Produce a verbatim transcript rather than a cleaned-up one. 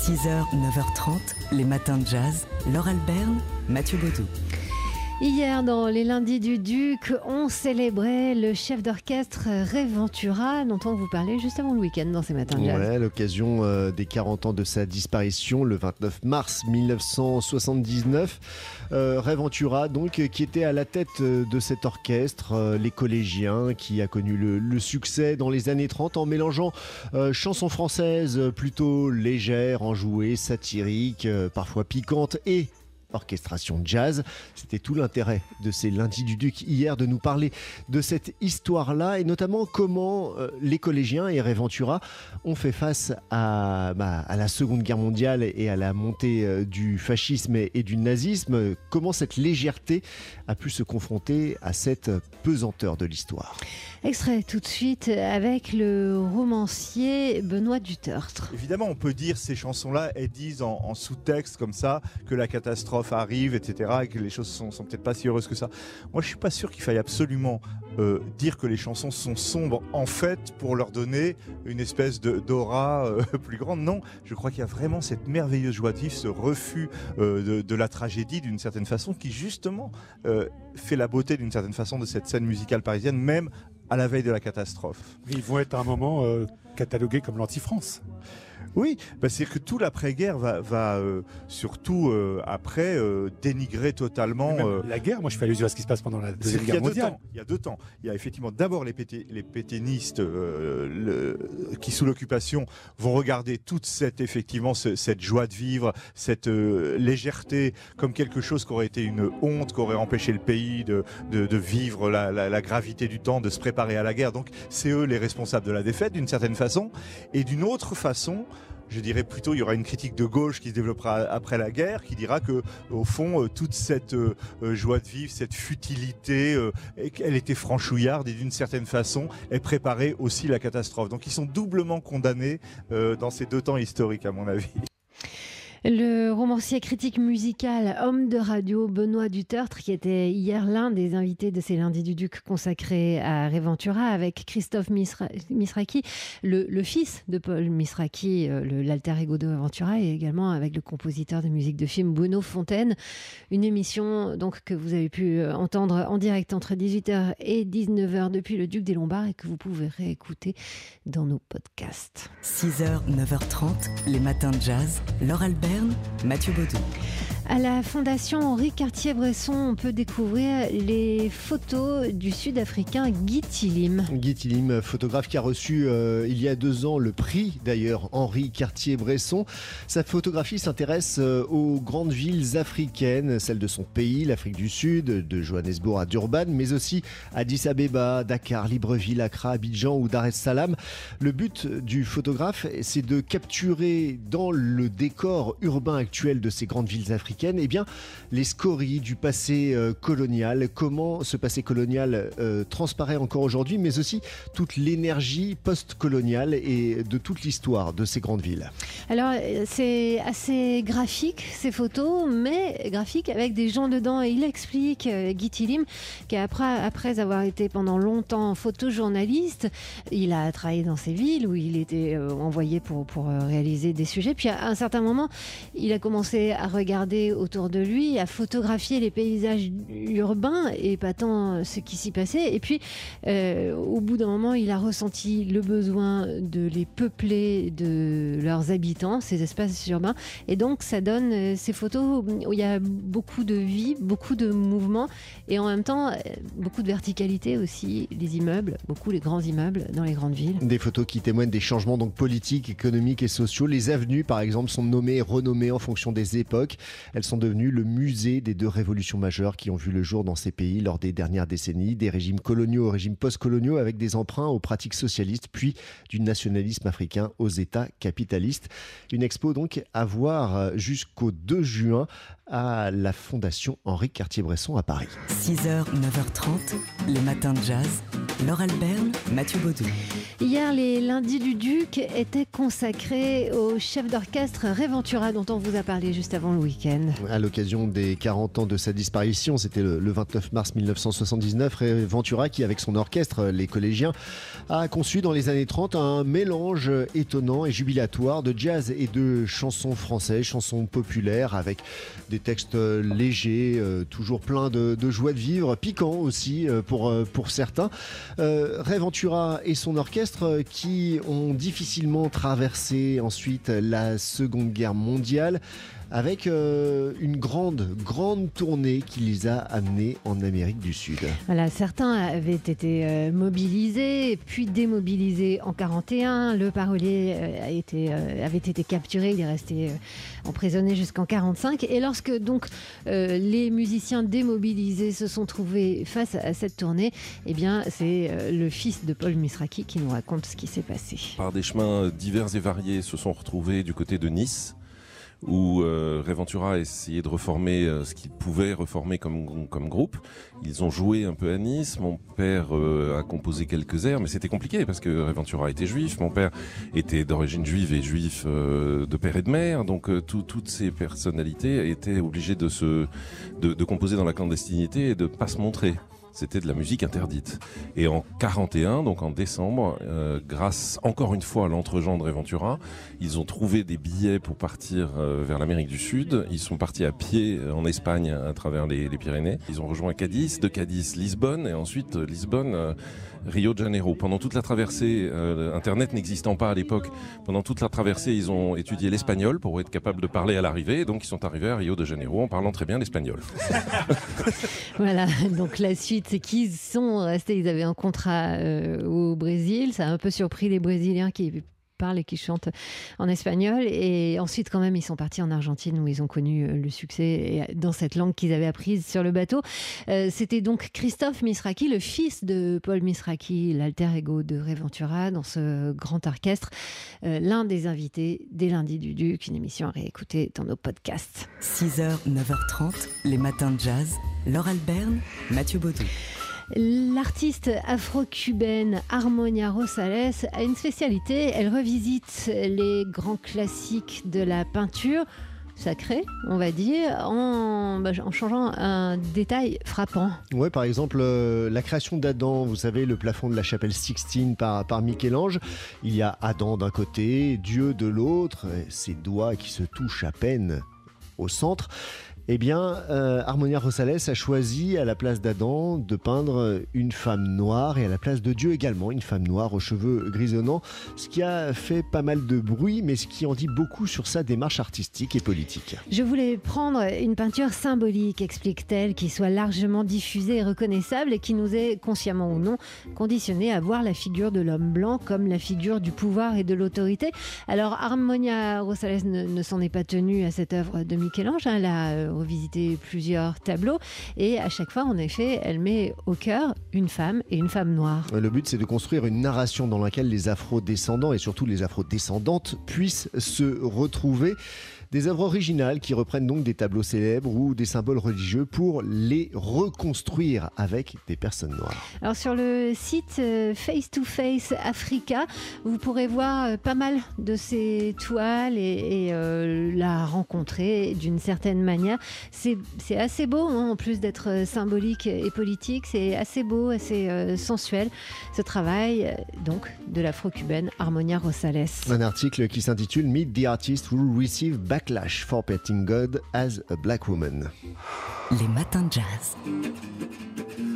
six heures, neuf heures trente, les matins de jazz. Laure Alberne, Mathieu Baudou. Hier, dans les lundis du Duc, on célébrait le chef d'orchestre Ray Ventura, dont on vous parlait juste avant le week-end dans ces matins de jazz. Ouais, à l'occasion euh, des quarante ans de sa disparition, le vingt-neuf mars mille neuf cent soixante-dix-neuf. Euh, Ray Ventura, donc, qui était à la tête de cet orchestre, euh, les collégiens, qui a connu le, le succès dans les années trente en mélangeant euh, chansons françaises plutôt légères, enjouées, satiriques, euh, parfois piquantes et orchestration jazz. C'était tout l'intérêt de ces lundis du Duc hier de nous parler de cette histoire-là et notamment comment euh, les collégiens et Ray Ventura ont fait face à, bah, à la Seconde Guerre mondiale et à la montée euh, du fascisme et, et du nazisme. Comment cette légèreté a pu se confronter à cette pesanteur de l'histoire. Extrait tout de suite avec le romancier Benoît Dutertre. Évidemment, on peut dire ces chansons-là, elles disent en, en sous-texte comme ça que la catastrophe arrive, et cetera, et que les choses sont, sont peut-être pas si heureuses que ça. Moi, je suis pas sûr qu'il faille absolument euh, dire que les chansons sont sombres, en fait, pour leur donner une espèce de, d'aura euh, plus grande. Non, je crois qu'il y a vraiment cette merveilleuse joie de vivre, ce refus euh, de, de la tragédie, d'une certaine façon, qui justement euh, fait la beauté, d'une certaine façon, de cette scène musicale parisienne, même à la veille de la catastrophe. Ils vont être à un moment euh, catalogués comme l'anti-France. Oui, bah c'est-à-dire que tout l'après-guerre va, va euh, surtout euh, après euh, dénigrer totalement Euh... euh, la guerre. Moi, je fais allusion à ce qui se passe pendant la Deuxième Guerre mondiale. Il y a deux temps. Il y a effectivement d'abord les, pété, les pétainistes euh, le, qui, sous l'occupation, vont regarder toute cette effectivement ce, cette joie de vivre, cette euh, légèreté comme quelque chose qui aurait été une honte, qui aurait empêché le pays de, de, de vivre la, la, la gravité du temps, de se préparer à la guerre. Donc, c'est eux les responsables de la défaite, d'une certaine façon, et d'une autre façon. Je dirais plutôt, il y aura une critique de gauche qui se développera après la guerre, qui dira que, au fond, toute cette euh, joie de vivre, cette futilité, euh, elle était franchouillarde et d'une certaine façon, elle préparait aussi la catastrophe. Donc, ils sont doublement condamnés euh, dans ces deux temps historiques, à mon avis. Le romancier critique musical, homme de radio, Benoît Dutertre, qui était hier l'un des invités de ces lundis du Duc consacrés à Ray Ventura, avec Christophe Misra- Misraki, le, le fils de Paul Misraki, euh, le, l'alter ego de Ventura, et également avec le compositeur de musique de film Bruno Fontaine. Une émission donc que vous avez pu entendre en direct entre dix-huit heures et dix-neuf heures depuis le Duc des Lombards et que vous pouvez réécouter dans nos podcasts. six heures, neuf heures trente, les matins de jazz. Laure Alberne, Mathieu Baudou. À la Fondation Henri Cartier-Bresson, on peut découvrir les photos du Sud-Africain Guy Tillim. Guy Tillim, photographe qui a reçu euh, il y a deux ans le prix d'ailleurs Henri Cartier-Bresson. Sa photographie s'intéresse euh, aux grandes villes africaines, celles de son pays, l'Afrique du Sud, de Johannesburg à Durban, mais aussi Addis Abeba, Dakar, Libreville, Accra, Abidjan ou Dar es Salaam. Le but du photographe, c'est de capturer dans le décor urbain actuel de ces grandes villes africaines eh bien, les scories du passé euh, colonial, comment ce passé colonial euh, transparaît encore aujourd'hui, mais aussi toute l'énergie post-coloniale et de toute l'histoire de ces grandes villes. Alors, c'est assez graphique, ces photos, mais graphique avec des gens dedans. Et il explique, euh, Guy Tillim, qu'après après avoir été pendant longtemps photojournaliste, il a travaillé dans ces villes où il était euh, envoyé pour, pour euh, réaliser des sujets. Puis à un certain moment, il a commencé à regarder autour de lui, à photographier les paysages urbains et pas tant ce qui s'y passait. Et puis, euh, au bout d'un moment, il a ressenti le besoin de les peupler de leurs habitants, ces espaces urbains. Et donc, ça donne euh, ces photos où il y a beaucoup de vie, beaucoup de mouvement et en même temps, euh, beaucoup de verticalité aussi, les immeubles, beaucoup les grands immeubles dans les grandes villes. Des photos qui témoignent des changements donc politiques, économiques et sociaux. Les avenues, par exemple, sont nommées et renommées en fonction des époques. Elles sont devenues le musée des deux révolutions majeures qui ont vu le jour dans ces pays lors des dernières décennies, des régimes coloniaux aux régimes post-coloniaux avec des emprunts aux pratiques socialistes, puis du nationalisme africain aux États capitalistes. Une expo donc à voir jusqu'au deux juin à la Fondation Henri Cartier-Bresson à Paris. six heures, neuf heures trente, les matins de jazz. Laure Alberne, Mathieu Baudou. Hier, les lundis du Duc étaient consacrés au chef d'orchestre Ray Ventura dont on vous a parlé juste avant le week-end. week-end. À l'occasion des quarante ans de sa disparition, c'était le, le vingt-neuf mars mille neuf cent soixante-dix-neuf, Ray Ventura, qui avec son orchestre, les Collégiens, a conçu dans les années trente un mélange étonnant et jubilatoire de jazz et de chansons françaises, chansons populaires avec des textes légers, euh, toujours pleins de, de joie de vivre, piquants aussi euh, pour, euh, pour certains. Euh, Ray Ventura et son orchestre euh, qui ont difficilement traversé ensuite la Seconde Guerre mondiale avec euh, une grande, grande tournée qui les a amenés en Amérique du Sud. Voilà, certains avaient été euh, mobilisés, puis démobilisés en quarante et un. Le parolier euh, a été, euh, avait été capturé, il est resté euh, emprisonné jusqu'en quarante-cinq. Et lorsque donc euh, les musiciens démobilisés se sont trouvés face à cette tournée, eh bien c'est euh, le fils de Paul Misraki qui nous raconte ce qui s'est passé. Par des chemins divers et variés, se sont retrouvés du côté de Nice, où euh, Ray Ventura a essayé de reformer euh, ce qu'il pouvait reformer comme, comme groupe. Ils ont joué un peu à Nice. Mon père euh, a composé quelques airs, mais c'était compliqué parce que Ray Ventura était juif. Mon père était d'origine juive et juif euh, de père et de mère. Donc euh, tout, toutes ces personnalités étaient obligées de, se, de, de composer dans la clandestinité et de pas se montrer. C'était de la musique interdite. Et en quarante et un, donc en décembre, euh, grâce encore une fois à l'entregent de Ray Ventura, ils ont trouvé des billets pour partir euh, vers l'Amérique du Sud. Ils sont partis à pied euh, en Espagne à travers les, les Pyrénées. Ils ont rejoint Cadiz, de Cadiz Lisbonne et ensuite euh, Lisbonne euh, Rio de Janeiro. Pendant toute la traversée, euh, Internet n'existant pas à l'époque, pendant toute la traversée, ils ont étudié l'espagnol pour être capables de parler à l'arrivée. Et donc ils sont arrivés à Rio de Janeiro en parlant très bien l'espagnol. Voilà, donc la suite, c'est qu'ils sont restés, ils avaient un contrat euh, au Brésil. Ça a un peu surpris les Brésiliens qui parlent et qui chantent en espagnol. Et ensuite, quand même, ils sont partis en Argentine où ils ont connu le succès dans cette langue qu'ils avaient apprise sur le bateau. Euh, c'était donc Christophe Misraki, le fils de Paul Misraki, l'alter ego de Ray Ventura, dans ce grand orchestre. Euh, l'un des invités des Lundis du Duc, une émission à réécouter dans nos podcasts. six heures, neuf heures trente, les matins de jazz. Laure Alberne, Mathieu Baudou. L'artiste afro-cubaine Harmonia Rosales a une spécialité. Elle revisite les grands classiques de la peinture sacrée, on va dire, en, bah, en changeant un détail frappant. Ouais, par exemple, euh, la création d'Adam, vous savez, le plafond de la chapelle Sixtine par, par Michel-Ange. Il y a Adam d'un côté, Dieu de l'autre, ses doigts qui se touchent à peine au centre. Eh bien, euh, Harmonia Rosales a choisi, à la place d'Adam, de peindre une femme noire et à la place de Dieu également, une femme noire aux cheveux grisonnants, ce qui a fait pas mal de bruit, mais ce qui en dit beaucoup sur sa démarche artistique et politique. Je voulais prendre une peinture symbolique, explique-t-elle, qui soit largement diffusée et reconnaissable et qui nous ait, consciemment ou non, conditionné à voir la figure de l'homme blanc comme la figure du pouvoir et de l'autorité. Alors, Harmonia Rosales ne, ne s'en est pas tenue à cette œuvre de Michel-Ange, hein, elle a revisité plusieurs tableaux et à chaque fois, en effet, elle met au cœur une femme et une femme noire. Le but, c'est de construire une narration dans laquelle les afro-descendants et surtout les afro-descendantes puissent se retrouver. Des œuvres originales qui reprennent donc des tableaux célèbres ou des symboles religieux pour les reconstruire avec des personnes noires. Alors sur le site Face to Face Africa, vous pourrez voir pas mal de ces toiles et, et euh, la rencontrer d'une certaine manière. C'est, c'est assez beau, hein, en plus d'être symbolique et politique, c'est assez beau, assez euh, sensuel, ce travail donc de l'afro-cubaine Harmonia Rosales. Un article qui s'intitule « Meet the artist who receive back Backlash for painting God as a black woman ». Les matins de jazz.